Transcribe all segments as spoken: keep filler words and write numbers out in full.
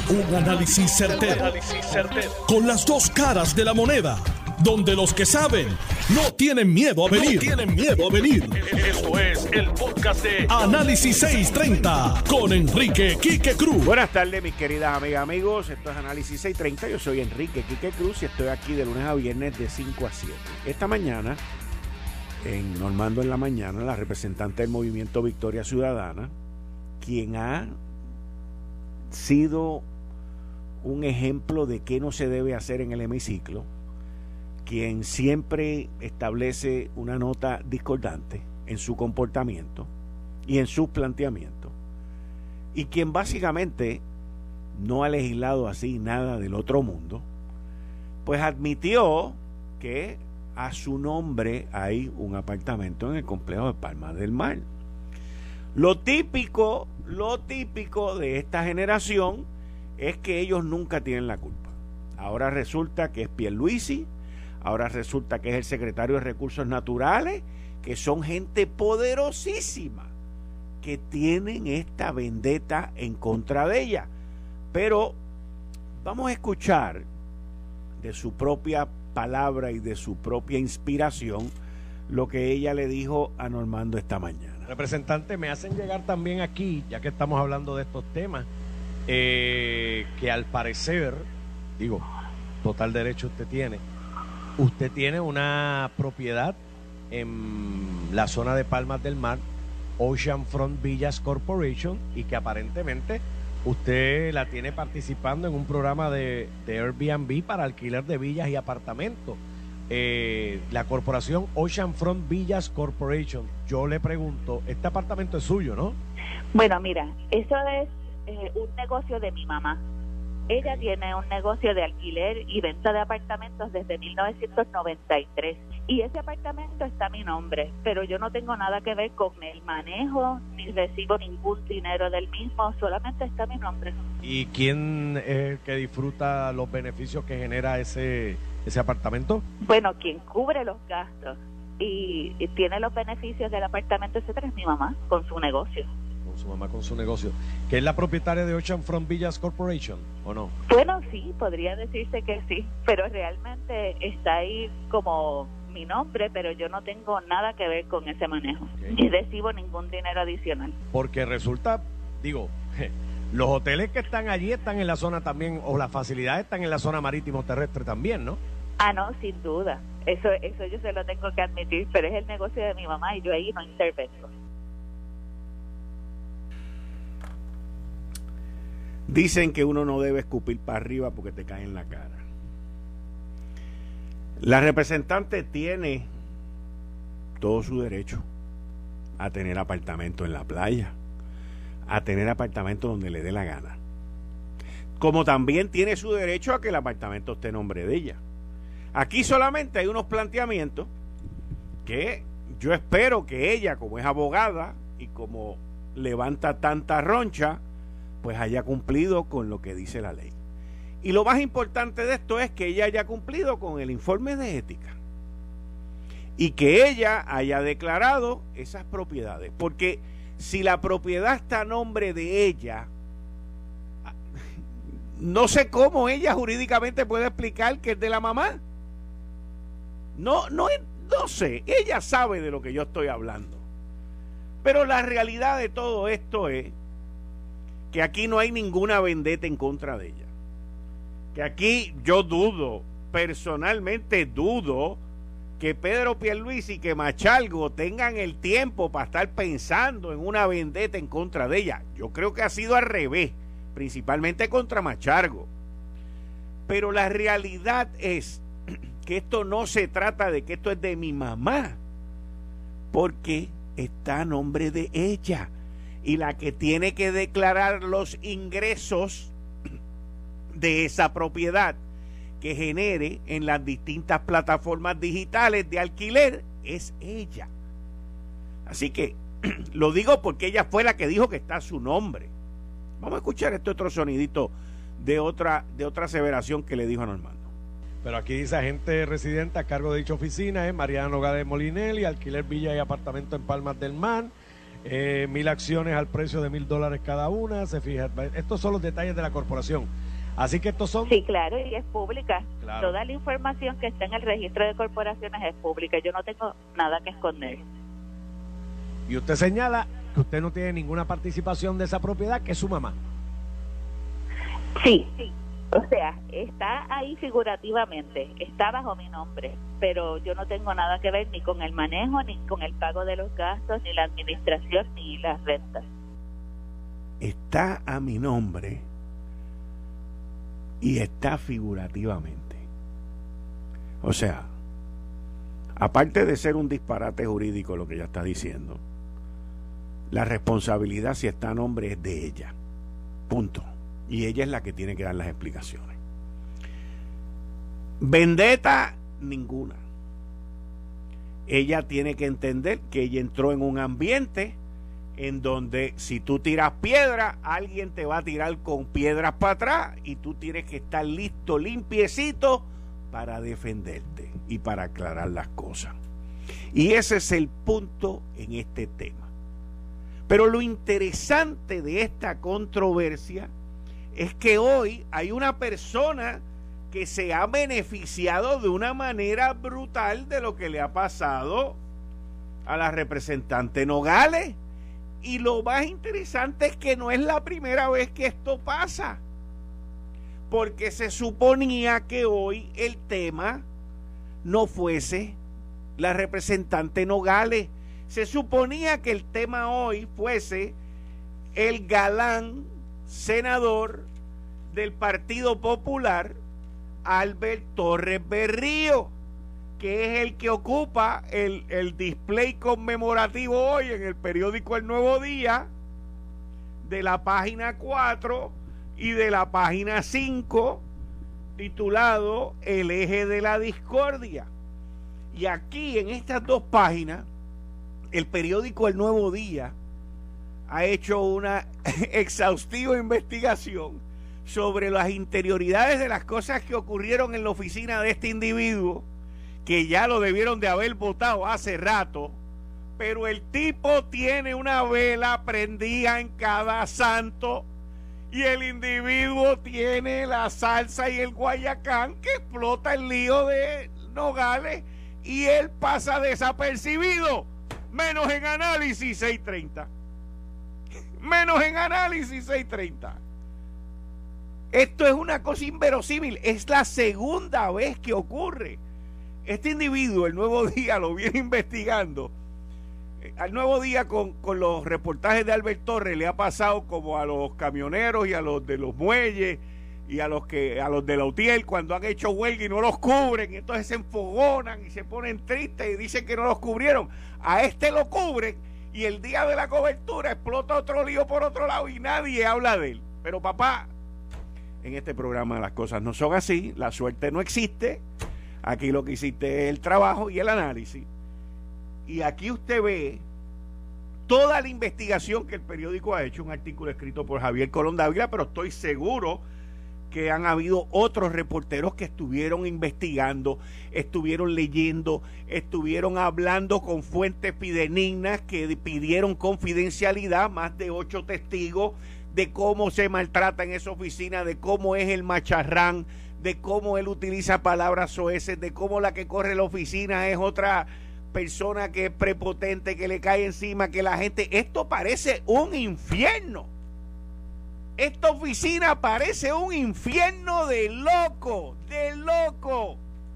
Un análisis certero, con las dos caras de la moneda, donde los que saben no tienen miedo a venir. No tienen miedo a venir. Esto es el podcast de Análisis seiscientos treinta con Enrique Quique Cruz. Buenas tardes, mis queridas amigas, amigos. Esto es Análisis seiscientos treinta. Yo soy Enrique Quique Cruz y estoy aquí de lunes a viernes de cinco a siete. Esta mañana, en Normando en la Mañana, la representante del Movimiento Victoria Ciudadana, quien ha sido un ejemplo de qué no se debe hacer en el hemiciclo, quien siempre establece una nota discordante en su comportamiento y en sus planteamientos, y quien básicamente no ha legislado así nada del otro mundo, pues admitió que a su nombre hay un apartamento en el complejo de Palmas del Mar. Lo típico, lo típico de esta generación es que ellos nunca tienen la culpa. Ahora resulta que es Pierluisi, ahora resulta que es el secretario de Recursos Naturales, que son gente poderosísima, que tienen esta vendetta en contra de ella. Pero vamos a escuchar de su propia palabra y de su propia inspiración lo que ella le dijo a Normando esta mañana. Representante, me hacen llegar también aquí, ya que estamos hablando de estos temas, eh, que al parecer, digo, total derecho usted tiene, usted tiene una propiedad en la zona de Palmas del Mar, Oceanfront Villas Corporation, y que aparentemente usted la tiene participando en un programa de, de Airbnb para alquiler de villas y apartamentos. Eh, la corporación Oceanfront Villas Corporation. Yo le pregunto, este apartamento es suyo, ¿no? Bueno, mira, eso es eh, un negocio de mi mamá. Ella tiene un negocio de alquiler y venta de apartamentos desde mil novecientos noventa y tres y ese apartamento está a mi nombre, pero yo no tengo nada que ver con el manejo ni recibo ningún dinero del mismo, solamente está a mi nombre. ¿Y quién es el que disfruta los beneficios que genera ese ese apartamento? Bueno, quien cubre los gastos y, y tiene los beneficios del apartamento, etcétera, es mi mamá con su negocio. Con su mamá con su negocio. ¿Que es la propietaria de Oceanfront Villas Corporation o no? Bueno, sí, podría decirse que sí, pero realmente está ahí como mi nombre, pero yo no tengo nada que ver con ese manejo, okay. Ni recibo ningún dinero adicional. Porque resulta, digo, los hoteles que están allí están en la zona también, o las facilidades están en la zona marítimo terrestre también, ¿no? Ah, no, sin duda. Eso, eso yo se lo tengo que admitir, pero es el negocio de mi mamá y yo ahí no intervengo. Dicen que uno no debe escupir para arriba porque te cae en la cara. La representante tiene todo su derecho a tener apartamento en la playa, a tener apartamento donde le dé la gana. Como también tiene su derecho a que el apartamento esté en nombre de ella. Aquí solamente hay unos planteamientos que yo espero que ella, como es abogada y como levanta tanta roncha, pues haya cumplido con lo que dice la ley. Y lo más importante de esto es que ella haya cumplido con el informe de ética y que ella haya declarado esas propiedades, porque si la propiedad está a nombre de ella, no sé cómo ella jurídicamente puede explicar que es de la mamá. No, no, no sé, ella sabe de lo que yo estoy hablando. Pero la realidad de todo esto es que aquí no hay ninguna vendetta en contra de ella. Que aquí yo dudo, personalmente dudo, que Pedro Pierluisi y que Machalgo tengan el tiempo para estar pensando en una vendetta en contra de ella. Yo creo que ha sido al revés, principalmente contra Machalgo. Pero la realidad es que esto no se trata de que esto es de mi mamá, porque está a nombre de ella. Y la que tiene que declarar los ingresos de esa propiedad que genere en las distintas plataformas digitales de alquiler es ella. Así que lo digo porque ella fue la que dijo que está a su nombre. Vamos a escuchar este otro sonidito de otra, de otra aseveración que le dijo a Normando. Pero aquí dice agente residente a cargo de dicha oficina es Mariana Nogales Molinelli, alquiler villa y apartamento en Palmas del Mar. eh, mil acciones al precio de mil dólares cada una, se fija. Estos son los detalles de la corporación. Así que estos son... Sí, claro, y es pública. Claro. Toda la información que está en el registro de corporaciones es pública. Yo no tengo nada que esconder. Y usted señala que usted no tiene ninguna participación de esa propiedad, que es su mamá. Sí, sí. O sea, está ahí figurativamente, está bajo mi nombre, pero yo no tengo nada que ver ni con el manejo, ni con el pago de los gastos, ni la administración, ni las rentas. Está a mi nombre y está figurativamente. O sea, aparte de ser un disparate jurídico lo que ella está diciendo, la responsabilidad, si está a nombre, es de ella. Punto. Y ella es la que tiene que dar las explicaciones. Vendetta, ninguna. Ella tiene que entender que ella entró en un ambiente en donde si tú tiras piedra, alguien te va a tirar con piedras para atrás y tú tienes que estar listo, limpiecito para defenderte y para aclarar las cosas. Y ese es el punto en este tema. Pero lo interesante de esta controversia es que hoy hay una persona que se ha beneficiado de una manera brutal de lo que le ha pasado a la representante Nogales. Y lo más interesante es que no es la primera vez que esto pasa, porque se suponía que hoy el tema no fuese la representante Nogales. Se suponía que el tema hoy fuese el galán senador del Partido Popular, Albert Torres Berrío, que es el que ocupa el, el display conmemorativo hoy en el periódico El Nuevo Día, de la página cuatro y de la página cinco, titulado El eje de la discordia. Y aquí en estas dos páginas, el periódico El Nuevo Día ha hecho una exhaustiva investigación sobre las interioridades de las cosas que ocurrieron en la oficina de este individuo, que ya lo debieron de haber votado hace rato, pero el tipo tiene una vela prendida en cada santo y el individuo tiene la salsa y el guayacán que explota el lío de Nogales y él pasa desapercibido, menos en Análisis seiscientos treinta. Menos en Análisis seiscientos treinta. Esto es una cosa inverosímil. Es la segunda vez que ocurre. Este individuo, El Nuevo Día, lo viene investigando. Al Nuevo Día, con, con los reportajes de Albert Torres, le ha pasado como a los camioneros y a los de los muelles y a los que a los de la UTIEL, cuando han hecho huelga y no los cubren, y entonces se enfogonan y se ponen tristes y dicen que no los cubrieron. A este lo cubren y el día de la cobertura explota otro lío por otro lado y nadie habla de él. Pero papá, en este programa las cosas no son así, la suerte no existe. Aquí lo que hiciste es el trabajo y el análisis. Y aquí usted ve toda la investigación que el periódico ha hecho, un artículo escrito por Javier Colón Dávila, pero estoy seguro que han habido otros reporteros que estuvieron investigando, estuvieron leyendo, estuvieron hablando con fuentes fidedignas que pidieron confidencialidad, más de ocho testigos, de cómo se maltrata en esa oficina, de cómo es el macharrán, de cómo él utiliza palabras soeces, de cómo la que corre la oficina es otra persona que es prepotente, que le cae encima, que la gente... Esto parece un infierno. Esta oficina parece un infierno de loco, de loco.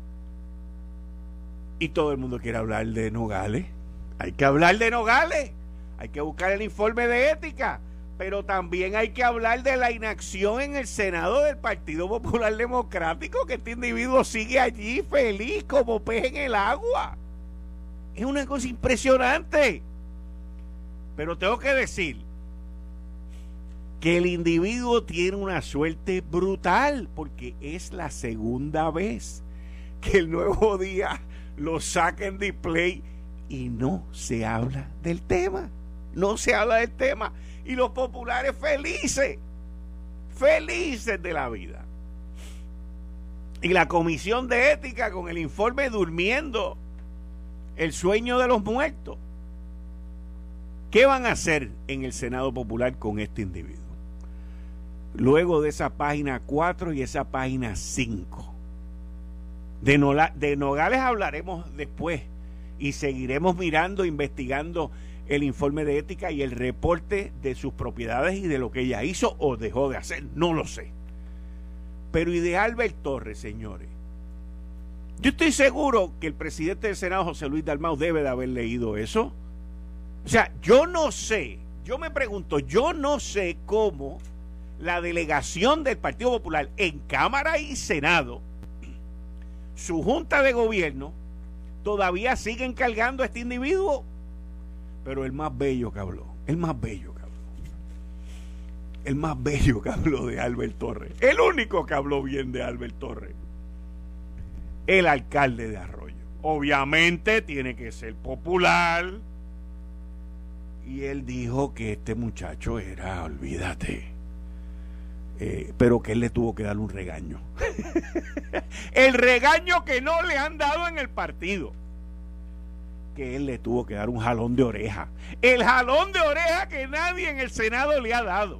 Y todo el mundo quiere hablar de Nogales. Hay que hablar de Nogales. Hay que buscar el informe de ética. Pero también hay que hablar de la inacción en el Senado del Partido Popular Democrático, que este individuo sigue allí feliz como pez en el agua. Es una cosa impresionante. Pero tengo que decir que el individuo tiene una suerte brutal, porque es la segunda vez que El Nuevo Día lo saca en display y no se habla del tema. No se habla del tema. Y los populares felices, felices de la vida. Y la Comisión de Ética con el informe durmiendo el sueño de los muertos. ¿Qué van a hacer en el Senado Popular con este individuo? Luego de esa página cuatro y esa página cinco. De, Nola, de Nogales hablaremos después y seguiremos mirando, investigando el informe de ética y el reporte de sus propiedades y de lo que ella hizo o dejó de hacer, no lo sé. Pero y de Albert Torres, señores, yo estoy seguro que el presidente del Senado, José Luis Dalmau, debe de haber leído eso. O sea, yo no sé, yo me pregunto, yo no sé cómo la delegación del Partido Popular en Cámara y Senado, su junta de gobierno, todavía sigue encargando a este individuo. Pero el más bello que habló, el más bello que habló, el más bello que habló de Albert Torres, el único que habló bien de Albert Torres, el alcalde de Arroyo. Obviamente tiene que ser popular. Y él dijo que este muchacho era, olvídate, eh, pero que él le tuvo que dar un regaño. El regaño que no le han dado en el partido. Que él le tuvo que dar un jalón de oreja. El jalón de oreja que nadie en el Senado le ha dado.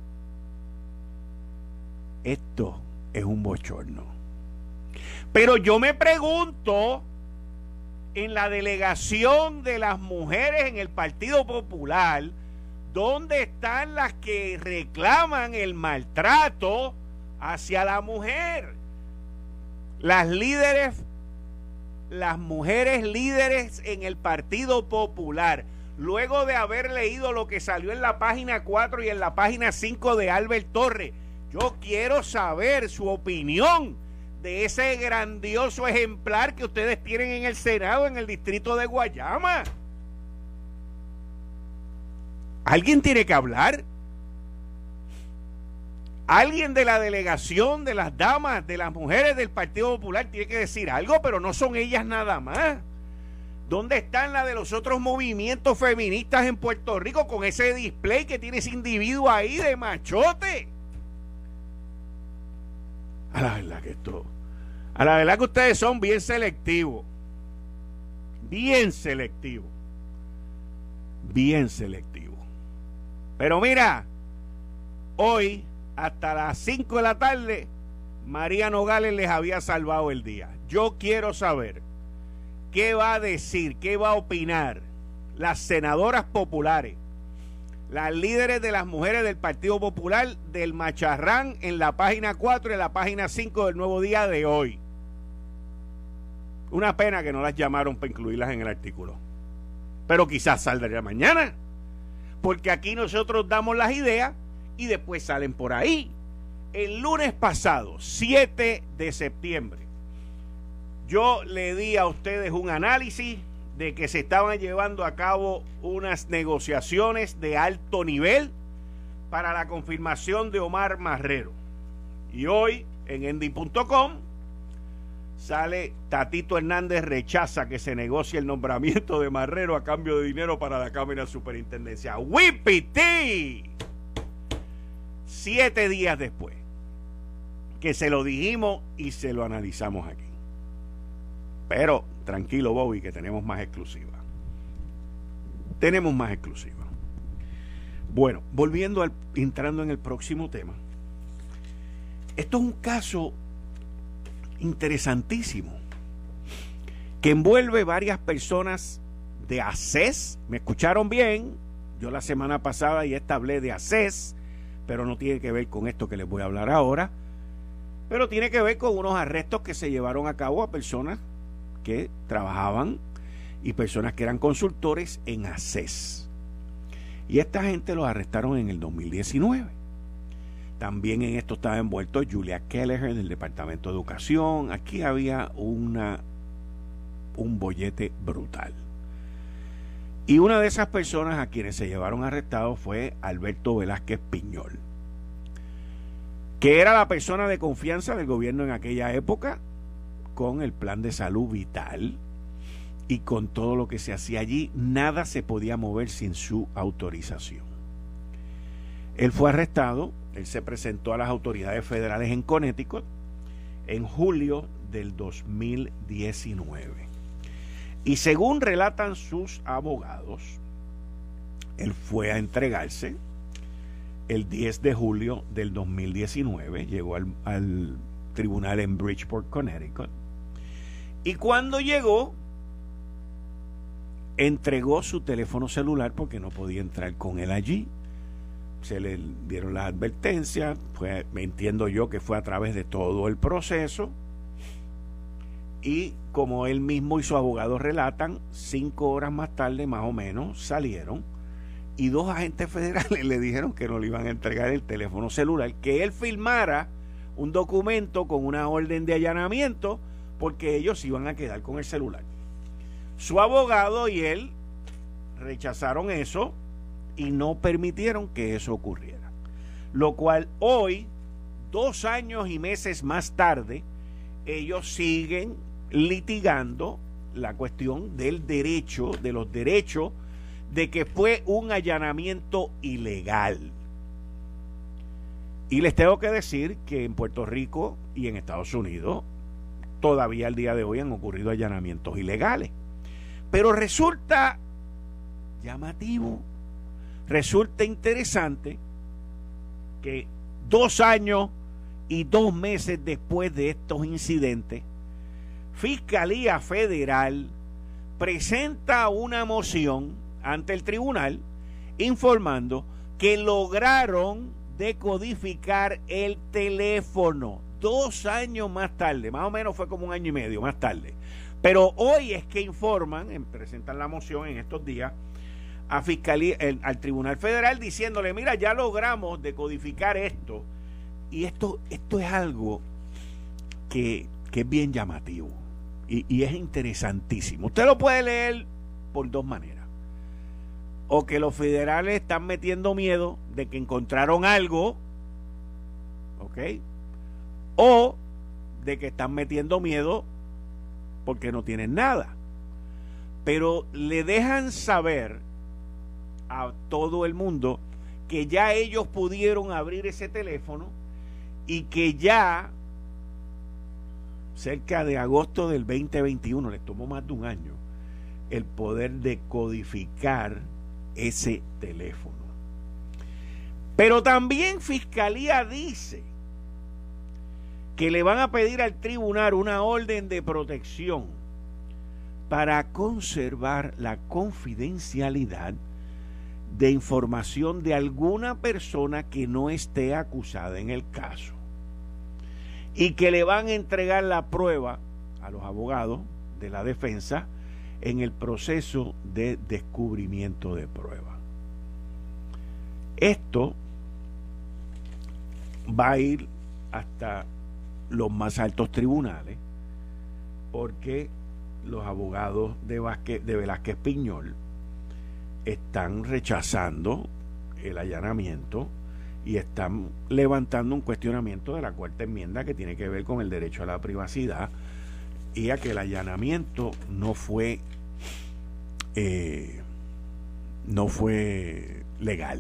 Esto es un bochorno. Pero yo me pregunto, en la delegación de las mujeres en el Partido Popular, ¿dónde están las que reclaman el maltrato hacia la mujer? Las líderes, las mujeres líderes en el Partido Popular, luego de haber leído lo que salió en la página cuatro y en la página cinco de Albert Torres, yo quiero saber su opinión de ese grandioso ejemplar que ustedes tienen en el Senado, en el distrito de Guayama. ¿Alguien tiene que hablar? Alguien de la delegación, de las damas, de las mujeres del Partido Popular tiene que decir algo, pero no son ellas nada más. ¿Dónde están las de los otros movimientos feministas en Puerto Rico con ese display que tiene ese individuo ahí de machote? A la verdad que esto, a la verdad que ustedes son bien selectivos, bien selectivos, bien selectivos. Pero mira, hoy hasta las cinco de la tarde, María Nogales les había salvado el día. Yo quiero saber qué va a decir, qué va a opinar las senadoras populares, las líderes de las mujeres del Partido Popular del Macharrán en la página cuatro y en la página cinco del Nuevo Día de hoy. Una pena que no las llamaron para incluirlas en el artículo. Pero quizás saldrá mañana, porque aquí nosotros damos las ideas y después salen por ahí. El lunes pasado, siete de septiembre, yo le di a ustedes un análisis de que se estaban llevando a cabo unas negociaciones de alto nivel para la confirmación de Omar Marrero. Y hoy en Endy punto com sale Tatito Hernández rechaza que se negocie el nombramiento de Marrero a cambio de dinero para la Cámara de Superintendencia. ¡Wipiti! Siete días después que se lo dijimos y se lo analizamos aquí. Pero tranquilo, Bobby, que tenemos más exclusiva. Tenemos más exclusiva. Bueno, volviendo al, entrando en el próximo tema. Esto es un caso interesantísimo que envuelve varias personas de ACES. ¿Me escucharon bien? Yo la semana pasada ya hablé de ACES, pero no tiene que ver con esto que les voy a hablar ahora, pero tiene que ver con unos arrestos que se llevaron a cabo a personas que trabajaban y personas que eran consultores en ACES. Y esta gente los arrestaron en el dos mil diecinueve. También en esto estaba envuelto Julia Kelleher del Departamento de Educación. Aquí había una un bollete brutal. Y una de esas personas a quienes se llevaron arrestados fue Alberto Velázquez Piñol, que era la persona de confianza del gobierno en aquella época, con el plan de salud vital y con todo lo que se hacía allí. Nada se podía mover sin su autorización. Él fue arrestado, él se presentó a las autoridades federales en Connecticut en julio del dos mil diecinueve. Y según relatan sus abogados, Él fue a entregarse el diez de julio del dos mil diecinueve, llegó al, al tribunal en Bridgeport, Connecticut, y cuando llegó, entregó su teléfono celular porque no podía entrar con él allí. Se le dieron las advertencias, fue, entiendo yo que fue a través de todo el proceso, y como él mismo y su abogado relatan, cinco horas más tarde más o menos salieron y dos agentes federales le dijeron que no le iban a entregar el teléfono celular, que él firmara un documento con una orden de allanamiento porque ellos iban a quedar con el celular. Su abogado y él rechazaron eso y no permitieron que eso ocurriera. Lo cual hoy, dos años y meses más tarde, ellos siguen litigando la cuestión del derecho, de los derechos, de que fue un allanamiento ilegal. Y les tengo que decir que en Puerto Rico y en Estados Unidos todavía al día de hoy han ocurrido allanamientos ilegales. Pero resulta llamativo, resulta interesante que dos años y dos meses después de estos incidentes, Fiscalía Federal presenta una moción ante el tribunal informando que lograron decodificar el teléfono dos años más tarde, más o menos fue como un año y medio más tarde. Pero hoy es que informan, presentan la moción en estos días a Fiscalía, el, al Tribunal Federal diciéndole, mira, ya logramos decodificar esto. Y esto, esto es algo que, que es bien llamativo y, y es interesantísimo. Usted lo puede leer por dos maneras. O que los federales están metiendo miedo de que encontraron algo, ¿ok? O de que están metiendo miedo porque no tienen nada. Pero le dejan saber a todo el mundo que ya ellos pudieron abrir ese teléfono y que ya cerca de agosto del veinte veintiuno, les tomó más de un año el poder decodificar ese teléfono. Pero también Fiscalía dice que le van a pedir al tribunal una orden de protección para conservar la confidencialidad de información de alguna persona que no esté acusada en el caso, y que le van a entregar la prueba a los abogados de la defensa en el proceso de descubrimiento de prueba. Esto va a ir hasta los más altos tribunales, porque los abogados de, Vázquez, de Velázquez Piñol están rechazando el allanamiento y están levantando un cuestionamiento de la cuarta enmienda que tiene que ver con el derecho a la privacidad y a que el allanamiento no fue eh, no fue legal.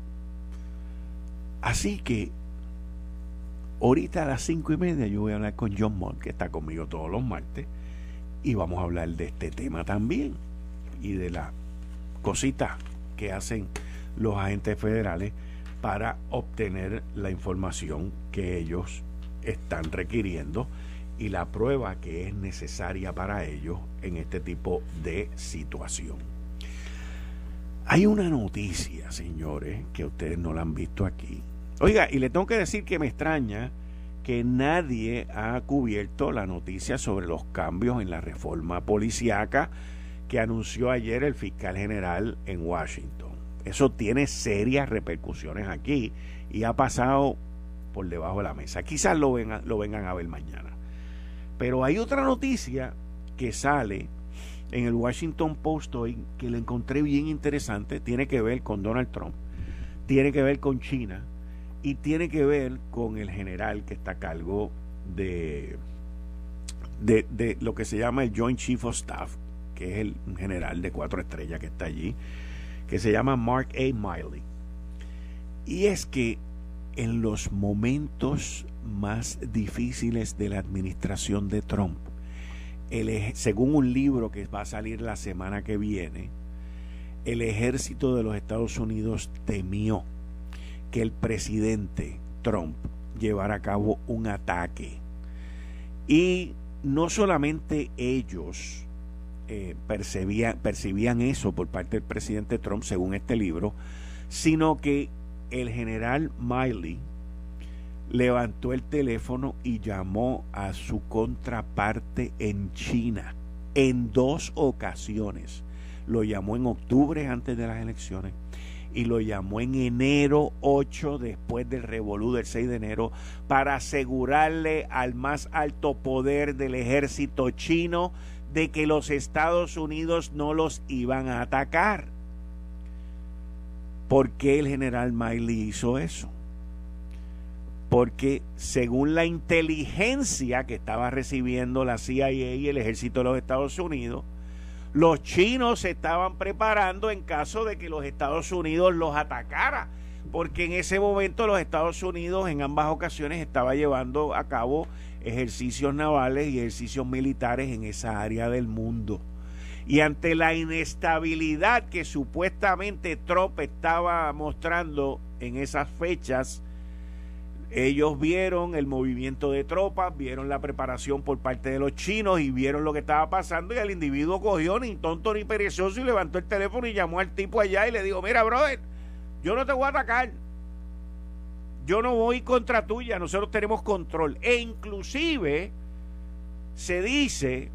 Así que ahorita a las cinco y media yo voy a hablar con John Mott, que está conmigo todos los martes, y vamos a hablar de este tema también y de las cositas que hacen los agentes federales para obtener la información que ellos están requiriendo y la prueba que es necesaria para ellos en este tipo de situación. Hay una noticia, señores, que ustedes no la han visto aquí. Oiga, y le tengo que decir que me extraña que nadie ha cubierto la noticia sobre los cambios en la reforma policíaca que anunció ayer el fiscal general en Washington. Eso tiene serias repercusiones aquí y ha pasado por debajo de la mesa. Quizás lo vengan, lo vengan a ver mañana. Pero hay otra noticia que sale en el Washington Post hoy que la encontré bien interesante. Tiene que ver con Donald Trump, tiene que ver con China y tiene que ver con el general que está a cargo de, de, de lo que se llama el Joint Chief of Staff, que es el general de cuatro estrellas que está allí, que se llama Mark A. Miley. Y es que en los momentos más difíciles de la administración de Trump, el, según un libro que va a salir la semana que viene, el ejército de los Estados Unidos temió que el presidente Trump llevara a cabo un ataque. Y no solamente ellos eh, percibían, percibían eso por parte del presidente Trump, según este libro, sino que el general Milley levantó el teléfono y llamó a su contraparte en China en dos ocasiones. Lo llamó en octubre antes de las elecciones y lo llamó en enero ocho después del revolú del seis de enero para asegurarle al más alto poder del ejército chino de que los Estados Unidos no los iban a atacar. ¿Por qué el general Milley hizo eso? Porque según la inteligencia que estaba recibiendo la C I A y el ejército de los Estados Unidos, los chinos se estaban preparando en caso de que los Estados Unidos los atacara, porque en ese momento los Estados Unidos en ambas ocasiones estaba llevando a cabo ejercicios navales y ejercicios militares en esa área del mundo. Y ante la inestabilidad que supuestamente Trump estaba mostrando en esas fechas, ellos vieron el movimiento de tropas, vieron la preparación por parte de los chinos y vieron lo que estaba pasando, y el individuo cogió ni tonto ni perezoso y levantó el teléfono y llamó al tipo allá y le dijo: mira, brother, yo no te voy a atacar, yo no voy contra tuya, nosotros tenemos control. E inclusive se dice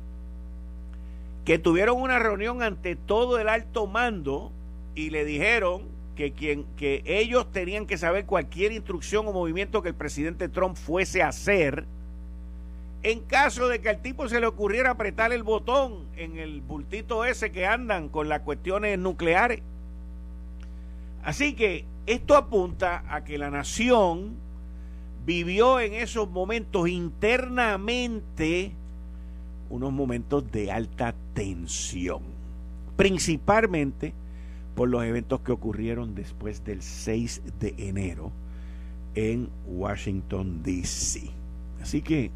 que tuvieron una reunión ante todo el alto mando y le dijeron que, quien, que ellos tenían que saber cualquier instrucción o movimiento que el presidente Trump fuese a hacer en caso de que al tipo se le ocurriera apretar el botón en el bultito ese que andan con las cuestiones nucleares. Así que esto apunta a que la nación vivió en esos momentos internamente unos momentos de alta tensión, principalmente por los eventos que ocurrieron después del seis de enero en Washington, D C Así que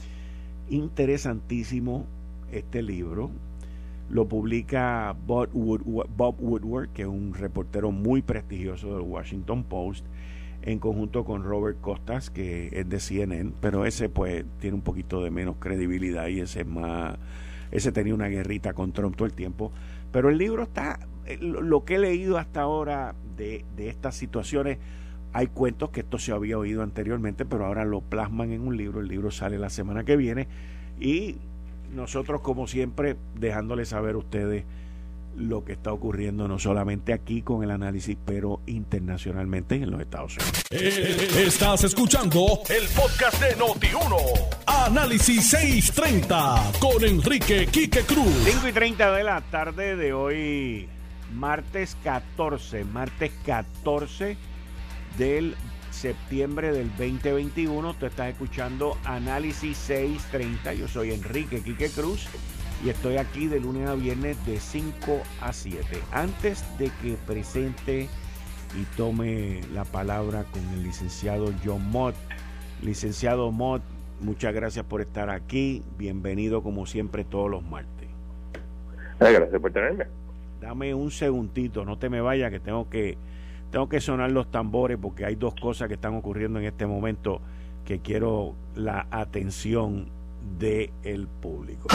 interesantísimo este libro. Lo publica Bob Woodward, Bob Woodward, que es un reportero muy prestigioso del Washington Post, en conjunto con Robert Costas, que es de C N N, pero ese pues tiene un poquito de menos credibilidad y ese es más, ese tenía una guerrita con Trump todo el tiempo. Pero el libro está, lo que he leído hasta ahora de, de estas situaciones, hay cuentos que esto se había oído anteriormente, pero ahora lo plasman en un libro. El libro sale la semana que viene y nosotros, como siempre, dejándoles saber a ustedes lo que está ocurriendo no solamente aquí con el análisis, pero internacionalmente en los Estados Unidos. Estás escuchando el podcast de Noti uno. Análisis seiscientos treinta con Enrique Quique Cruz. cinco y treinta de la tarde de hoy, martes catorce, martes catorce del septiembre del veinte veintiuno. Tú estás escuchando Análisis seiscientos treinta. Yo soy Enrique Quique Cruz y estoy aquí de lunes a viernes de cinco a siete. Antes de que presente y tome la palabra con el licenciado John Mott. Licenciado Mott, muchas gracias por estar aquí. Bienvenido como siempre todos los martes. Gracias por tenerme. Dame un segundito, no te me vayas, que tengo que tengo que sonar los tambores porque hay dos cosas que están ocurriendo en este momento que quiero la atención del público.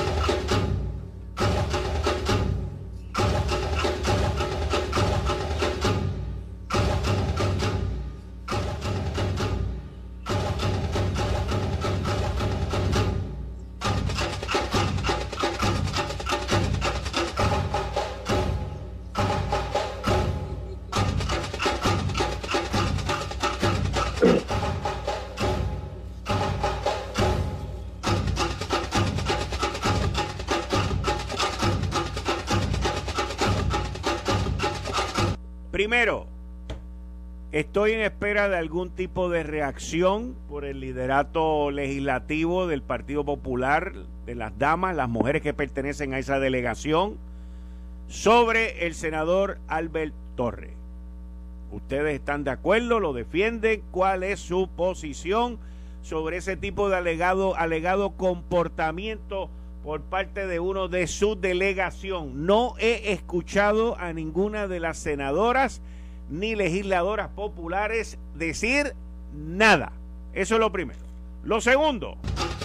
Primero, estoy en espera de algún tipo de reacción por el liderato legislativo del Partido Popular, de las damas, las mujeres que pertenecen a esa delegación, sobre el senador Albert Torres. ¿Ustedes están de acuerdo? ¿Lo defienden? ¿Cuál es su posición sobre ese tipo de alegado, alegado comportamiento por parte de uno de su delegación. No he escuchado a ninguna de las senadoras ni legisladoras populares decir nada. Eso es lo primero. Lo segundo,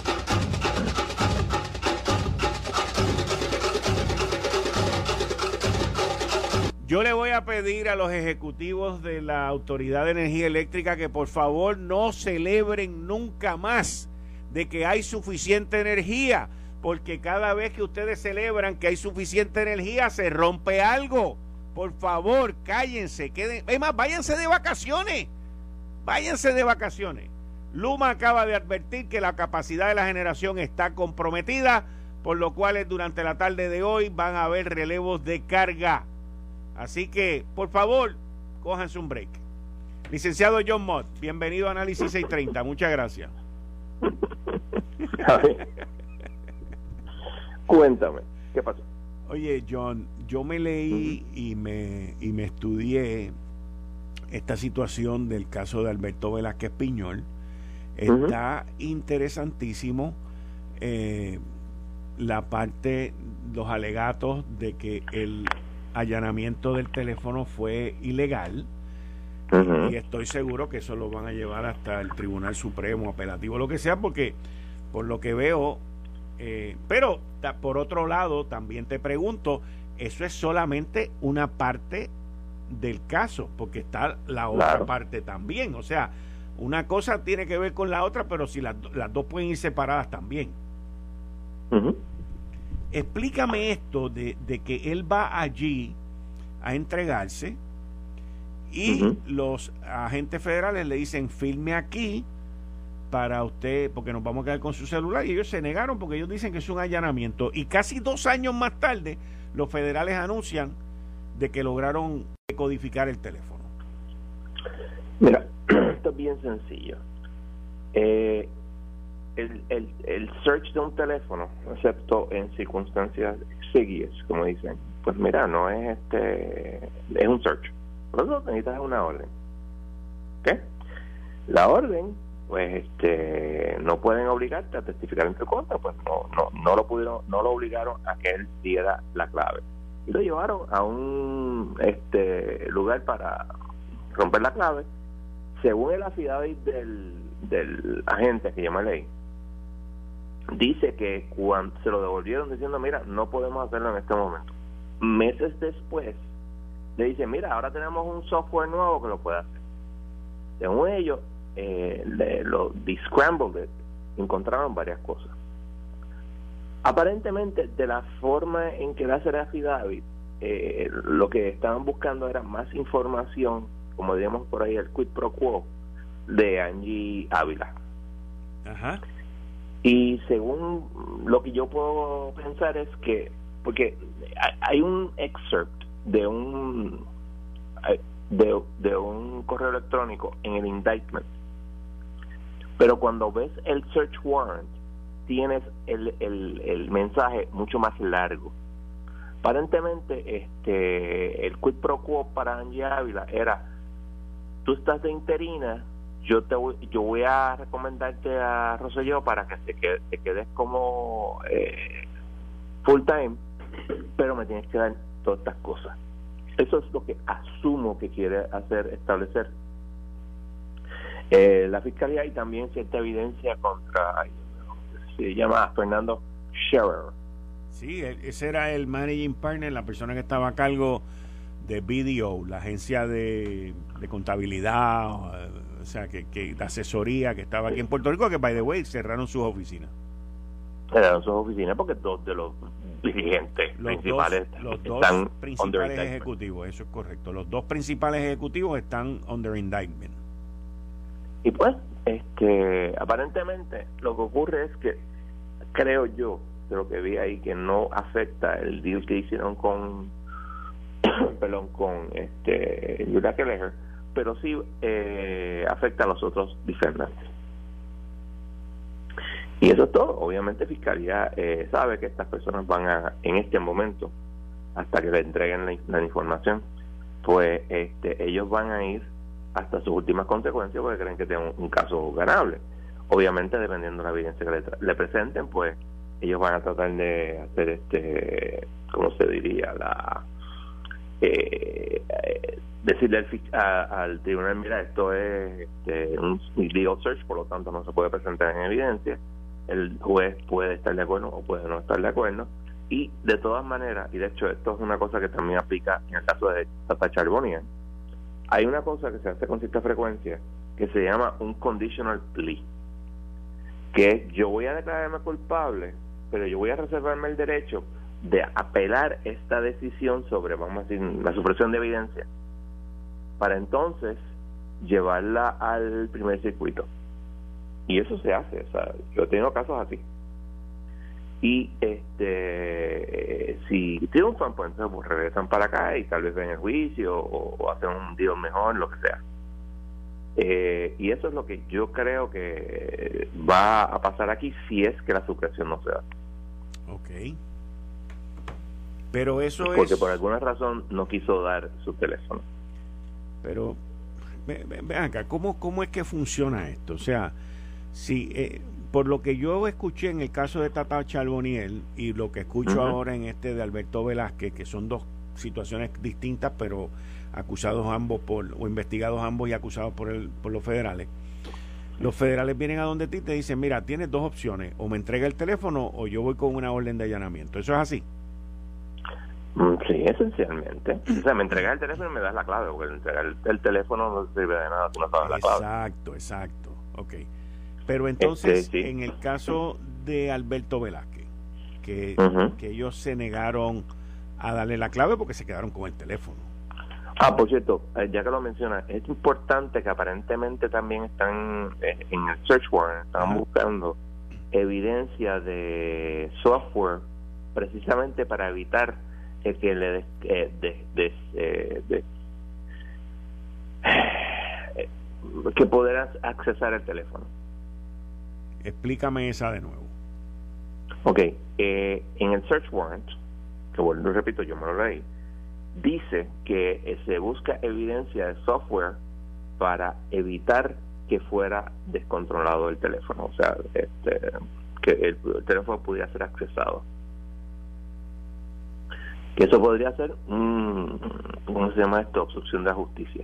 yo le voy a pedir a los ejecutivos de la Autoridad de Energía Eléctrica que por favor no celebren nunca más de que hay suficiente energía, porque cada vez que ustedes celebran que hay suficiente energía se rompe algo. Por favor, cállense, queden, es más, váyanse de vacaciones, váyanse de vacaciones. Luma acaba de advertir que la capacidad de la generación está comprometida, por lo cual durante la tarde de hoy van a haber relevos de carga. Así que, por favor, cójanse un break. Licenciado John Mott, bienvenido a Análisis seiscientos treinta, muchas gracias. Cuéntame, ¿qué pasó? Oye, John, yo me leí uh-huh. y me y me estudié esta situación del caso de Alberto Velázquez Piñol. Está uh-huh. interesantísimo eh, la parte, los alegatos de que el allanamiento del teléfono fue ilegal. Uh-huh. Y estoy seguro que eso lo van a llevar hasta el Tribunal Supremo, apelativo, lo que sea, porque por lo que veo, eh, pero ta, por otro lado, también te pregunto, eso es solamente una parte del caso, porque está la otra claro. parte también. O sea, una cosa tiene que ver con la otra, pero si las, las dos pueden ir separadas también. Uh-huh. Explícame esto de, de que él va allí a entregarse y uh-huh. los agentes federales le dicen firme aquí para usted, porque nos vamos a quedar con su celular, y ellos se negaron porque ellos dicen que es un allanamiento, y casi dos años más tarde los federales anuncian de que lograron decodificar el teléfono. Mira, esto es bien sencillo. Eh, el, el, el search de un teléfono, excepto en circunstancias exiguas, como dicen, pues mira, no es este, es un search. Por eso necesitas una orden. ¿Qué? La orden, pues este, no pueden obligarte a testificar en tu contra, pues no, no, no lo pudieron, no lo obligaron a que él diera la clave. Y lo llevaron a un este lugar para romper la clave. Según el affidavit del, del agente que llama ley, dice que cuando se lo devolvieron diciendo, mira, no podemos hacerlo en este momento. Meses después le dicen, mira, ahora tenemos un software nuevo que lo puede hacer. Según ellos, eh, le, lo descrambled it, encontraron varias cosas. Aparentemente, de la forma en que le hace el affidavit, eh, lo que estaban buscando era más información, como diríamos por ahí, el quid pro quo de Angie Ávila. Ajá. Y según lo que yo puedo pensar es que, porque hay un excerpt de un de, de un correo electrónico en el indictment, pero cuando ves el search warrant tienes el, el, el mensaje mucho más largo. Aparentemente este el quid pro quo para Angie Ávila era: tú estás de interina, yo te voy, yo voy a recomendarte a Rosselló para que te, quede, te quedes como eh, full time, pero me tienes que dar todas estas cosas. Eso es lo que asumo que quiere hacer, establecer eh, la fiscalía, y también cierta evidencia contra, se llama Fernando Scherer. Sí, ese era el managing partner, la persona que estaba a cargo de B D O, la agencia de, de contabilidad, o sea, que, que de asesoría que estaba aquí en Puerto Rico, que, by the way, cerraron sus oficinas. Cerraron sus oficinas porque dos de los dirigentes los principales dos, los dos están principales ejecutivos, eso es correcto. Los dos principales ejecutivos están under indictment. Y pues, este, aparentemente, lo que ocurre es que, creo yo, de lo que vi ahí, que no afecta el deal que hicieron con perdón, con este Julia Keller, pero sí eh, afecta a los otros defendants. Y eso es todo. Obviamente Fiscalía eh, sabe que estas personas van a, en este momento, hasta que le entreguen la, la información, pues este ellos van a ir hasta sus últimas consecuencias porque creen que tienen un, un caso ganable. Obviamente, dependiendo de la evidencia que le, le presenten, pues ellos van a tratar de hacer este, ¿cómo se diría? La eh, eh, decirle al, a, al tribunal, mira, esto es este, un legal search, por lo tanto no se puede presentar en evidencia. El juez puede estar de acuerdo o puede no estar de acuerdo, y de todas maneras, y de hecho esto es una cosa que también aplica en el caso de Tata Charbonnier, hay una cosa que se hace con cierta frecuencia que se llama un conditional plea, que es: yo voy a declararme culpable, pero yo voy a reservarme el derecho de apelar esta decisión sobre, vamos a decir, la supresión de evidencia, para entonces llevarla al primer circuito. Y eso se hace, o sea, yo he tenido casos así. Y este si triunfan, pues entonces pues, regresan para acá y tal vez ven el juicio o, o hacen un deal mejor, lo que sea. Eh, y eso es lo que yo creo que va a pasar aquí si es que la supresión no se da. Ok. Pero eso Porque es... por alguna razón no quiso dar su teléfono. Pero, vean ve acá, ¿cómo, ¿cómo es que funciona esto? O sea, si... Eh, por lo que yo escuché en el caso de Tata Charbonnier y lo que escucho uh-huh. ahora en este de Alberto Velázquez, que son dos situaciones distintas, pero acusados ambos por, o investigados ambos y acusados por el, por los federales. Los federales vienen a donde ti y te dicen, mira, tienes dos opciones, o me entrega el teléfono o yo voy con una orden de allanamiento. ¿Eso es así? Sí, esencialmente. O sea, me entregas el teléfono y me das la clave, porque entregar el, el teléfono no sirve de nada, tú no sabes la clave. Exacto, exacto. Ok. Pero entonces, este, sí. en el caso de Alberto Velázquez, que, uh-huh. que ellos se negaron a darle la clave porque se quedaron con el teléfono. Ah, por cierto, ya que lo mencionas, es importante que aparentemente también están eh, en el search warrant, están uh-huh. buscando evidencia de software precisamente para evitar eh, que le des, eh, des, des, eh, des, eh, que podrás accesar el teléfono. Explícame esa de nuevo. Ok, eh, en el search warrant, que bueno, lo repito, yo me lo leí, dice que eh, se busca evidencia de software para evitar que fuera descontrolado el teléfono, o sea, este, que el, el teléfono pudiera ser accesado. Que eso podría ser, mm, ¿cómo se llama esto? Obstrucción de la justicia.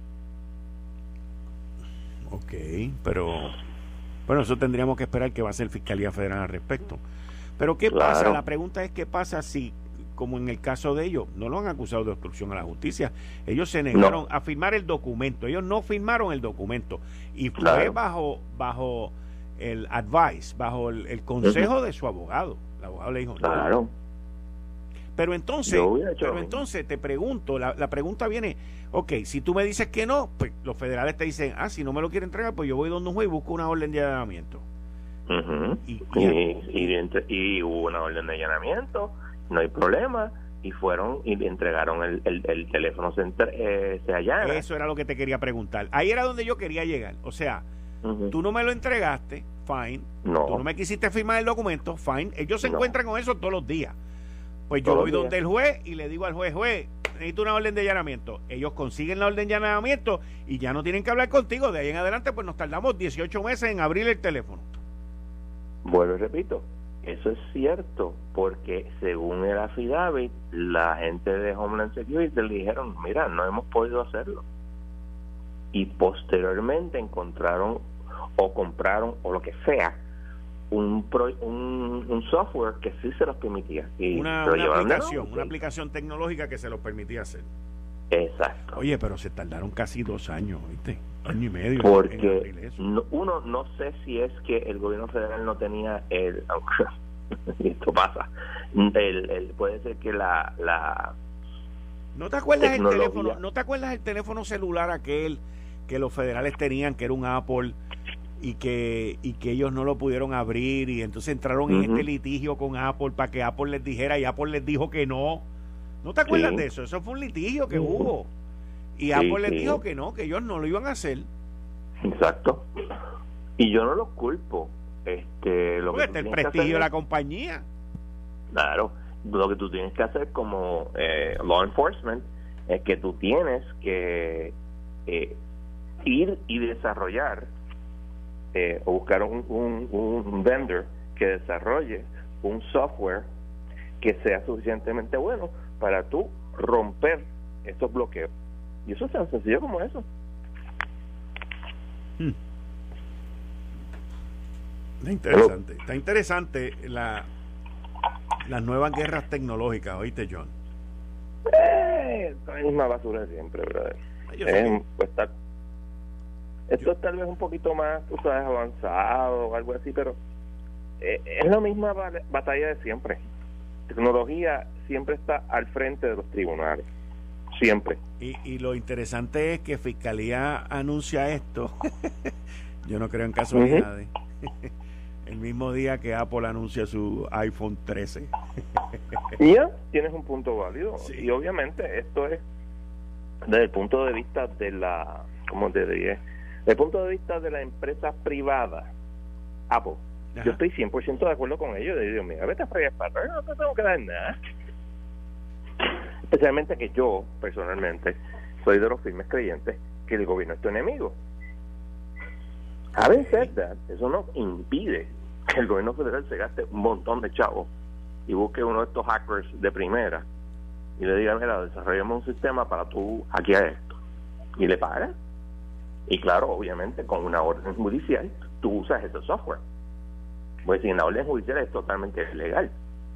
Ok, pero... Bueno, eso tendríamos que esperar que va a hacer Fiscalía Federal al respecto. Pero ¿qué claro. pasa? La pregunta es ¿qué pasa si, como en el caso de ellos, no lo han acusado de obstrucción a la justicia? Ellos se negaron no. a firmar el documento. Ellos no firmaron el documento. Y fue claro. bajo bajo el advice, bajo el, el consejo uh-huh. de su abogado. El abogado le dijo, claro. no. Pero entonces, pero entonces te pregunto, la, la pregunta viene, ok, si tú me dices que no, pues los federales te dicen, ah, si no me lo quieren entregar, pues yo voy donde un juez y busco una orden de allanamiento. Uh-huh. y, y, y, y, y hubo una orden de allanamiento, no hay problema, y fueron y le entregaron el, el, el teléfono se, eh, se allana. Eso era lo que te quería preguntar. Ahí era donde yo quería llegar. O sea, uh-huh. tú no me lo entregaste, fine. No. Tú no me quisiste firmar el documento, fine. Ellos se no. encuentran con eso todos los días. Pues yo Todos voy donde el juez y le digo al juez, juez, necesito una orden de allanamiento. Ellos consiguen la orden de allanamiento y ya no tienen que hablar contigo. De ahí en adelante, pues nos tardamos dieciocho meses en abrir el teléfono. Vuelvo y repito, eso es cierto, porque según el affidavit, la gente de Homeland Security le dijeron, mira, no hemos podido hacerlo. Y posteriormente encontraron o compraron o lo que sea, un, pro, un, un software que sí se los permitía. Y una, una aplicación, una aplicación tecnológica que se los permitía hacer. Exacto. Oye, pero se tardaron casi dos años, ¿viste? Año y medio. Porque no, uno, no sé si es que el gobierno federal no tenía el, aunque esto pasa, el, el puede ser que la, la ¿No te acuerdas el teléfono, no te acuerdas el teléfono celular aquel que los federales tenían, que era un Apple y que y que ellos no lo pudieron abrir y entonces entraron uh-huh. en este litigio con Apple para que Apple les dijera y Apple les dijo que no? ¿No te acuerdas sí. de eso? Eso fue un litigio que uh-huh. hubo. Y sí, Apple les sí. dijo que no, que ellos no lo iban a hacer. Exacto. Y yo no los culpo. Este, lo Porque que el prestigio de la compañía. Claro. Lo que tú tienes que hacer como eh, law enforcement es que tú tienes que eh, ir y desarrollar eh, o buscar un, un, un vendor que desarrolle un software que sea suficientemente bueno para tú romper esos bloqueos. Y eso es tan sencillo como eso. Hmm. Está interesante. Hello. Está interesante la, las nuevas guerras tecnológicas, ¿oíste, John? Eh, la misma basura de siempre, brother. Yo Eh, pues, está, esto es tal vez un poquito más, tú sabes, avanzado o algo así, pero eh, es la misma ba- batalla de siempre. Tecnología siempre está al frente de los tribunales. Siempre. Y, y lo interesante es que Fiscalía anuncia esto. Yo no creo en casualidades. Uh-huh. El mismo día que Apple anuncia su iPhone trece. Y ya tienes un punto válido. Sí. Y obviamente esto es desde el punto de vista de la, ¿cómo te diría? Desde el punto de vista de la empresa privada, Apple. Ajá. Yo estoy cien por ciento de acuerdo con ellos. De Dios mío, vete a fregar para no te tengo que dar nada. Especialmente que yo, personalmente, soy de los firmes creyentes que el gobierno es tu enemigo. Having said that, eso no impide que el gobierno federal se gaste un montón de chavos y busque uno de estos hackers de primera y le diga, mira, desarrollemos un sistema para tú hackear esto. Y le pagan. Y claro, obviamente, con una orden judicial, tú usas ese software. Pues si en la orden judicial es totalmente ilegal.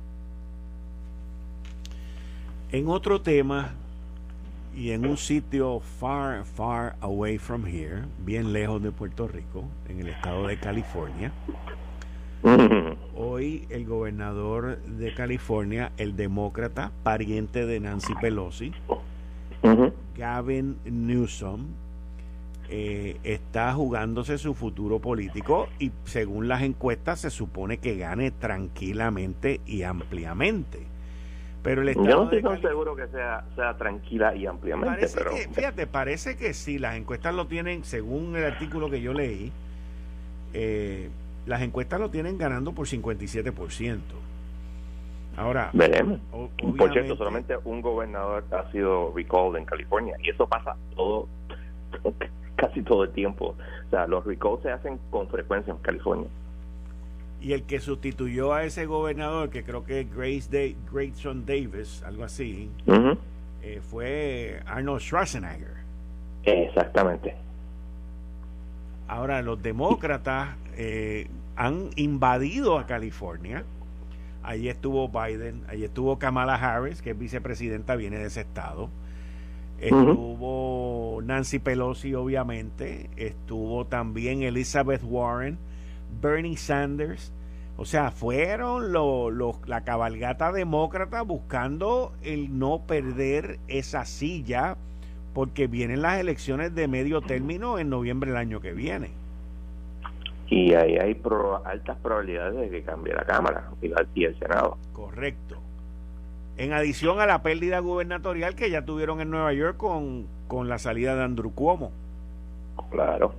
En otro tema, y en un sitio far, far away from here, bien lejos de Puerto Rico, en el estado de California, mm-hmm. hoy el gobernador de California, el demócrata, pariente de Nancy Pelosi, mm-hmm. Gavin Newsom, eh, está jugándose su futuro político y según las encuestas se supone que gane tranquilamente y ampliamente. Pero el estado yo no estoy tan Cali- seguro que sea, sea tranquila y ampliamente. Parece pero que, fíjate, parece que sí, las encuestas lo tienen, según el artículo que yo leí, eh, las encuestas lo tienen ganando por cincuenta y siete por ciento. Ahora, veremos. O, por cierto, solamente un gobernador ha sido recalled en California y eso pasa todo, casi todo el tiempo. O sea, los recalls se hacen con frecuencia en California. Y el que sustituyó a ese gobernador, que creo que es Grace Day, Grayson Davis, algo así, uh-huh. eh, fue Arnold Schwarzenegger. Exactamente. Ahora, los demócratas eh, han invadido a California. Allí estuvo Biden, allí estuvo Kamala Harris, que es vicepresidenta, viene de ese estado. Estuvo uh-huh. Nancy Pelosi, obviamente. Estuvo también Elizabeth Warren, Bernie Sanders. O sea, fueron lo, lo, la cabalgata demócrata buscando el no perder esa silla, porque vienen las elecciones de medio término en noviembre del año que viene. Y ahí hay pro, altas probabilidades de que cambie la Cámara y, la, y el Senado. Correcto. En adición a la pérdida gubernatorial que ya tuvieron en Nueva York con, con la salida de Andrew Cuomo. Claro.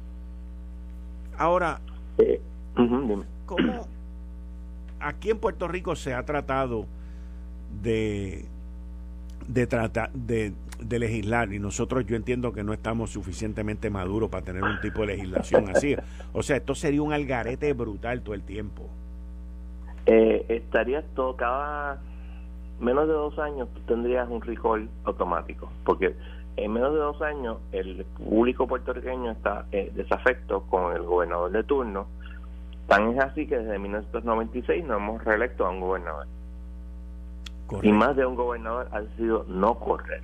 Ahora, eh, uh-huh, dime. ¿cómo aquí en Puerto Rico se ha tratado de de tratar de, de legislar, y nosotros yo entiendo que no estamos suficientemente maduros para tener un tipo de legislación así? O sea, esto sería un algarete brutal todo el tiempo. Eh, estarías todo, cada menos de dos años tú tendrías un recall automático, porque en menos de dos años el público puertorriqueño está eh, desafecto con el gobernador de turno. Tan es así que desde mil novecientos noventa y seis no hemos reelecto a un gobernador. Correcto. Y más de un gobernador ha sido no correr.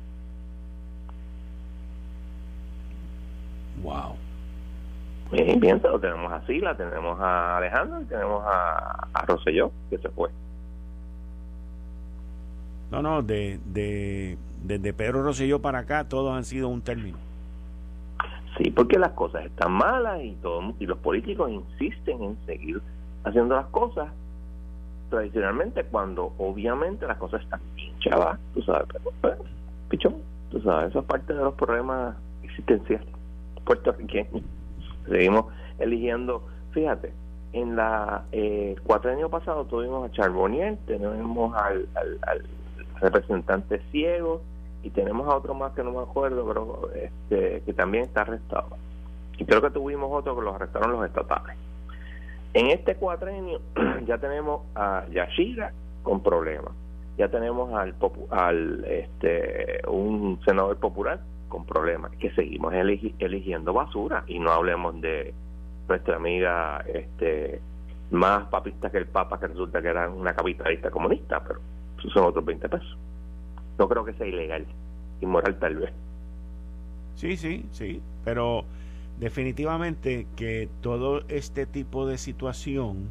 Wow. Y piensa, lo tenemos a Sila, tenemos a Alejandro y tenemos a, a Rosselló, que se fue. No, no, de, de desde Pedro Rosselló para acá todos han sido un término. Sí, porque las cosas están malas y todo, y los políticos insisten en seguir haciendo las cosas tradicionalmente cuando obviamente las cosas están hinchadas, tú sabes, pero, pero pichón, tú sabes, eso es parte de los problemas existenciales puertorriqueños. Seguimos eligiendo, fíjate, en la eh, cuatro años pasados tuvimos a Charbonnier, tenemos al, al, al representante ciego y tenemos a otro más que no me acuerdo, pero este, que también está arrestado. Y creo que tuvimos otro que los arrestaron los estatales. en este cuatrenio ya tenemos a Yashira con problemas, ya tenemos al, popu- al este un senador popular con problemas, que seguimos eligi- eligiendo basura, y no hablemos de nuestra amiga este más papista que el Papa, que resulta que era una capitalista comunista, pero esos son otros veinte pesos. No creo que sea ilegal, inmoral tal vez. Sí, sí, sí, pero definitivamente que todo este tipo de situación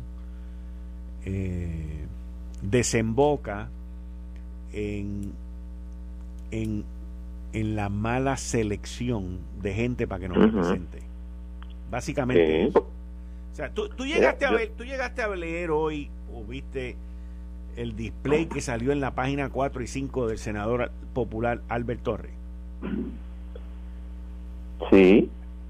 eh, desemboca en, en, en la mala selección de gente para que nos Uh-huh. represente. Básicamente Sí. eso. O sea, tú, tú llegaste Mira, a yo- ver, tú llegaste a leer hoy o viste el display que salió en la página cuatro y cinco del senador popular Albert Torres. Sí.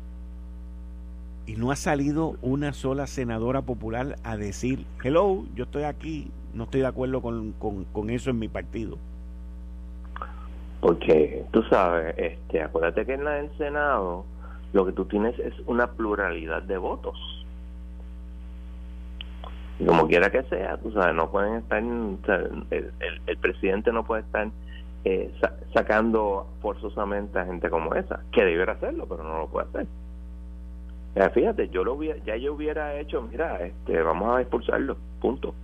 Y no ha salido una sola senadora popular a decir, hello, yo estoy aquí, no estoy de acuerdo con, con, con eso en mi partido. Porque tú sabes, este, acuérdate que en la del Senado lo que tú tienes es una pluralidad de votos. Y como quiera que sea, tú sabes, no pueden estar, o sea, el, el, el presidente no puede estar eh, sa- sacando forzosamente a gente como esa, que debiera hacerlo, pero no lo puede hacer. Ya, fíjate, yo lo hubiera, ya yo hubiera hecho, mira, este, vamos a expulsarlo, punto.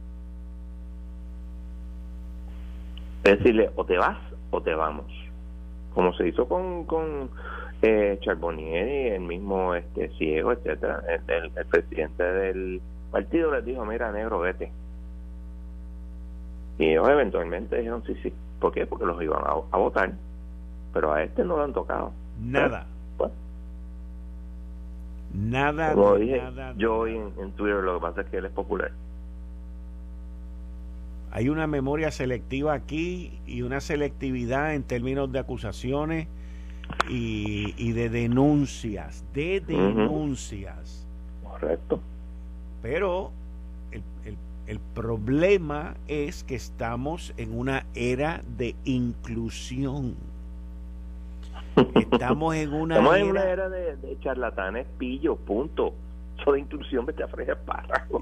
Es decirle, o te vas o te vamos, como se hizo con con eh, Charbonnier y el mismo este Ciego, etcétera. El, el, el presidente del partido les dijo, mira, negro, vete, y ellos eventualmente dijeron sí, sí. ¿Por qué? Porque los iban a, a votar, pero a este no lo han tocado Nada. pues, Nada. como de dije nada, yo de hoy nada. en, en Twitter, lo que pasa es que él es popular. Hay una memoria selectiva aquí y una selectividad en términos de acusaciones y, y de denuncias, de denuncias. Correcto. Pero el, el, el problema es que estamos en una era de inclusión. Estamos en una Estamos era, en una era de, de charlatanes, pillo, punto. Eso de inclusión, vete a freír párrafo.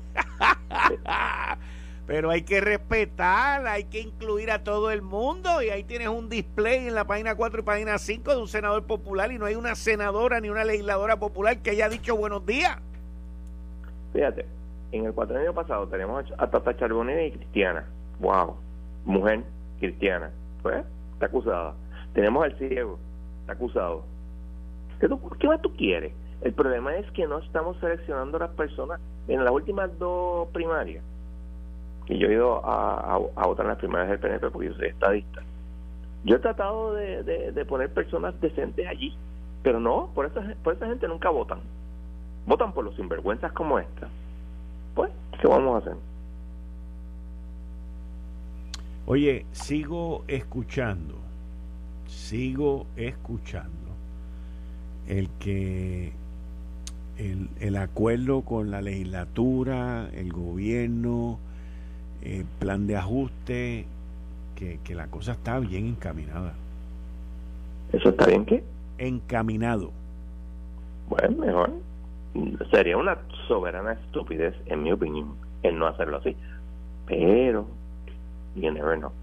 pero hay que respetar, hay que incluir a todo el mundo, y ahí tienes un display en la página cuatro y página cinco de un senador popular, y no hay una senadora ni una legisladora popular que haya dicho buenos días. Fíjate, en el cuatrenio pasado tenemos a Tata Charbonnier y Cristiana. Wow, mujer cristiana. Pues, está acusada. Tenemos al Ciego, está acusado. ¿Qué, tú, ¿Qué más tú quieres? El problema es que no estamos seleccionando a las personas en las últimas dos primarias. Y yo he ido a, a, a votar en las primarias del P N P porque yo soy estadista. Yo he tratado de, de, de poner personas decentes allí, pero no, por esa, por esa gente nunca votan. Votan por los sinvergüenzas como esta. Pues, ¿qué vamos a hacer? Oye, sigo escuchando, sigo escuchando el que el, el acuerdo con la legislatura, el gobierno, el plan de ajuste, que, que la cosa está bien encaminada. ¿Eso está bien qué? Encaminado. Bueno, mejor. Sería una soberana estupidez, en mi opinión, el no hacerlo así. Pero, you never know.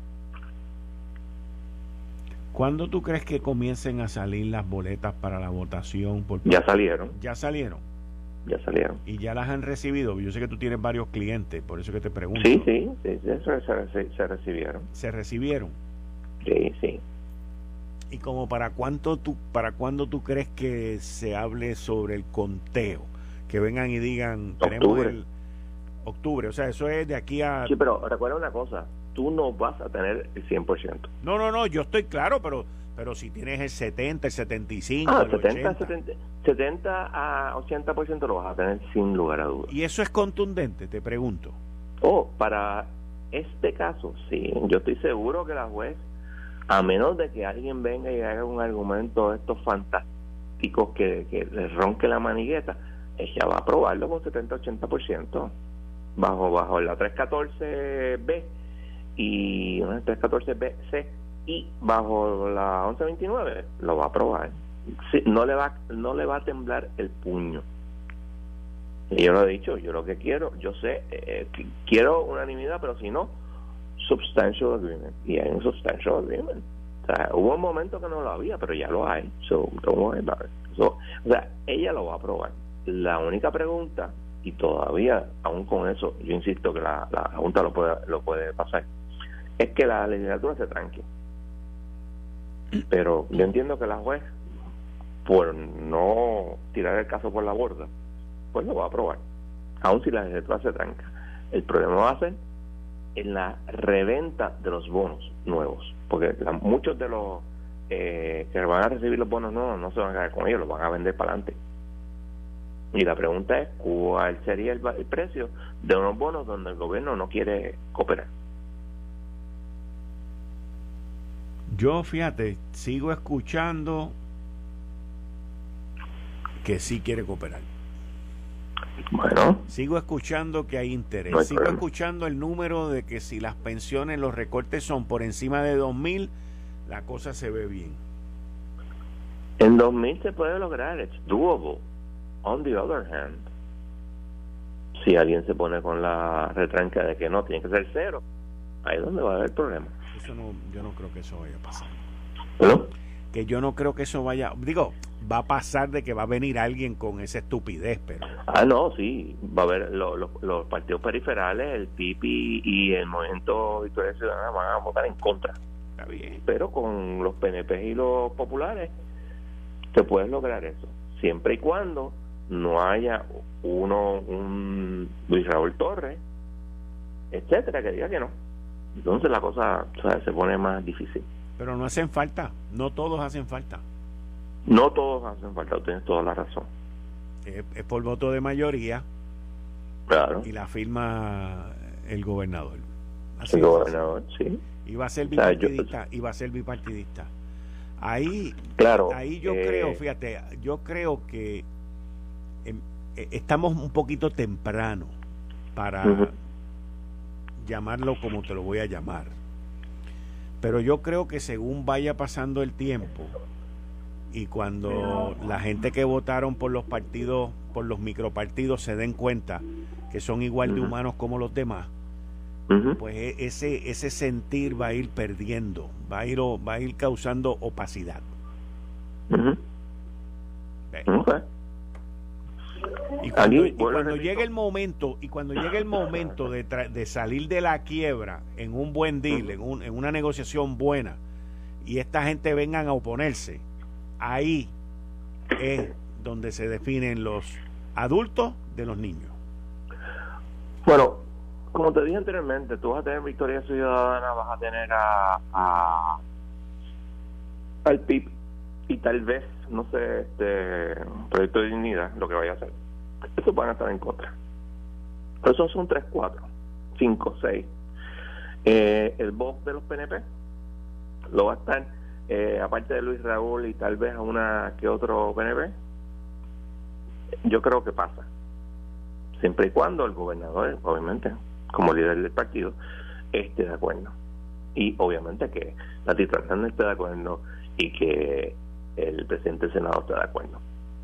¿Cuándo tú crees que comiencen a salir las boletas para la votación? Por... Ya salieron, Ya salieron. ya salieron. Y ya las han recibido. Yo sé que tú tienes varios clientes, por eso que te pregunto. Sí, sí, sí, sí, se, se, se recibieron. Se recibieron. Sí, sí. ¿Y como para cuánto tú, para cuándo tú crees que se hable sobre el conteo? Que vengan y digan, tenemos Octubre. el octubre, o sea, eso es de aquí a... Sí, pero recuerda una cosa, tú no vas a tener el cien por ciento. No, no, no, yo estoy claro, pero pero si tienes el setenta, el setenta y cinco, Ah, el setenta, ochenta. setenta, setenta a ochenta por ciento lo vas a tener sin lugar a dudas. Y eso es contundente, te pregunto. Oh, para este caso, sí, yo estoy seguro que la juez, a menos de que alguien venga y haga un argumento de estos fantásticos que, que les ronque la manigueta, ella va a aprobarlo con setenta a ochenta por ciento bajo bajo la trescientos catorce B y una trescientos catorce B C, y bajo la once veintinueve lo va a aprobar. Sí, no le va no le va a temblar el puño. Y yo lo he dicho, yo lo que quiero, yo sé, eh, que quiero unanimidad, pero si no, substantial agreement. Y hay un substantial agreement. O sea, hubo un momento que no lo había, pero ya lo hay. So, don't worry about it. So, o sea, ella lo va a aprobar. La única pregunta, y todavía, aún con eso, yo insisto que la, la Junta lo puede, lo puede pasar, es que la legislatura se tranque. Pero yo entiendo que la juez, por no tirar el caso por la borda, pues lo va a aprobar, aun si la legislatura se tranca. El problema va a ser en la reventa de los bonos nuevos, porque la, muchos de los eh, que van a recibir los bonos nuevos no se van a quedar con ellos, los van a vender para adelante. Y la pregunta es, ¿cuál sería el, el precio de unos bonos donde el gobierno no quiere cooperar? Yo, fíjate, sigo escuchando que sí quiere cooperar. Bueno. Sigo escuchando que hay interés. No hay sigo problema. escuchando el número de que si las pensiones, los recortes son por encima de dos mil, la cosa se ve bien. En dos mil se puede lograr, it's doable. On the other hand, si alguien se pone con la retranca de que no, tiene que ser cero, ahí es donde va a haber problema. Eso no, yo no creo que eso vaya a pasar. ¿No? Que yo no creo que eso vaya, digo, va a pasar de que va a venir alguien con esa estupidez, pero... Ah, no, sí, va a haber lo, lo, los partidos periferales, el P I P y el Movimiento Victoria Ciudadana van a votar en contra. Está bien. Pero con los P N P y los populares te puedes lograr eso, siempre y cuando no haya uno, un Luis Raúl Torres, etcétera, que diga que no. Entonces la cosa, o sea, se pone más difícil. Pero no hacen falta, no todos hacen falta. No todos hacen falta, tienes toda la razón. Es, es por voto de mayoría. Claro. Y la firma el gobernador. Así El es, gobernador, sí. Y va a ser O sea, yo- bipartidista, y va a ser bipartidista. Ahí, Claro. ahí yo eh, creo, fíjate, yo creo que em, eh, estamos un poquito temprano para Ujú. llamarlo como te lo voy a llamar. Pero yo creo que según vaya pasando el tiempo y cuando la gente que votaron por los partidos, por los micropartidos se den cuenta que son igual de Ujú. humanos como los demás, Ujú. pues e- ese ese sentir va a ir perdiendo, va a ir o- va a ir causando opacidad. Ujú. ¿Ves? Ok. Y cuando, Aquí, y vuelvo y cuando repito. llegue el momento y cuando llegue el momento de, tra- de salir de la quiebra en un buen deal, en, un- en una negociación buena, y esta gente vengan a oponerse, ahí es donde se definen los adultos de los niños. Bueno, como te dije anteriormente, tú vas a tener Victoria Ciudadana, vas a tener a, a al P I B y tal vez, no sé, este Proyecto de Dignidad, lo que vaya a hacer. Estos van a estar en contra. Pero esos son tres, cuatro, cinco, seis. Eh, el voz de los P N P lo va a estar, eh, aparte de Luis Raúl y tal vez a una que otro P N P. Yo creo que pasa. Siempre y cuando el gobernador, obviamente, como líder del partido, esté de acuerdo. Y obviamente que la Tito Hernández esté de acuerdo y que el presidente del Senado esté de acuerdo.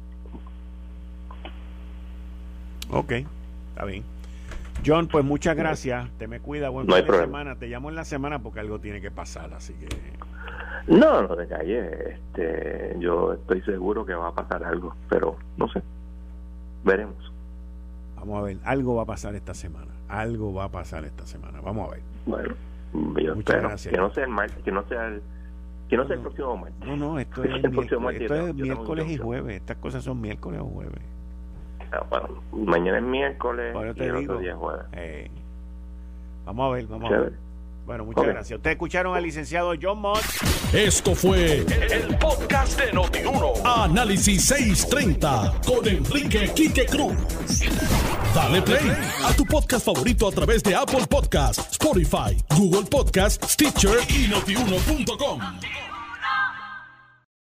Ok, está bien. John, pues muchas gracias. Te me cuida. Buen No hay fin de problema. semana. Te llamo en la semana porque algo tiene que pasar, así que... No, no te calles. Este, yo estoy seguro que va a pasar algo, pero no sé. Veremos. Vamos a ver, algo va a pasar esta semana. Algo va a pasar esta semana. Vamos a ver. Bueno, yo Muchas espero gracias. que no sea el martes, que no sea el, que no sea el No, próximo martes. No, no, esto es, El próximo miércoles, martes esto yo es tengo- yo tengo miércoles y intención. jueves. Estas cosas son miércoles o jueves. Ah, bueno, mañana es miércoles Por eso y te el digo. otro día es jueves. Eh, vamos a ver, vamos a Chévere. ver. Bueno, muchas Ok. gracias. Ustedes escucharon al licenciado John Mott. Esto fue el podcast de Notiuno. Análisis seiscientos treinta con Enrique Quique Cruz. Dale play a tu podcast favorito a través de Apple Podcasts, Spotify, Google Podcasts, Stitcher y notiuno punto com.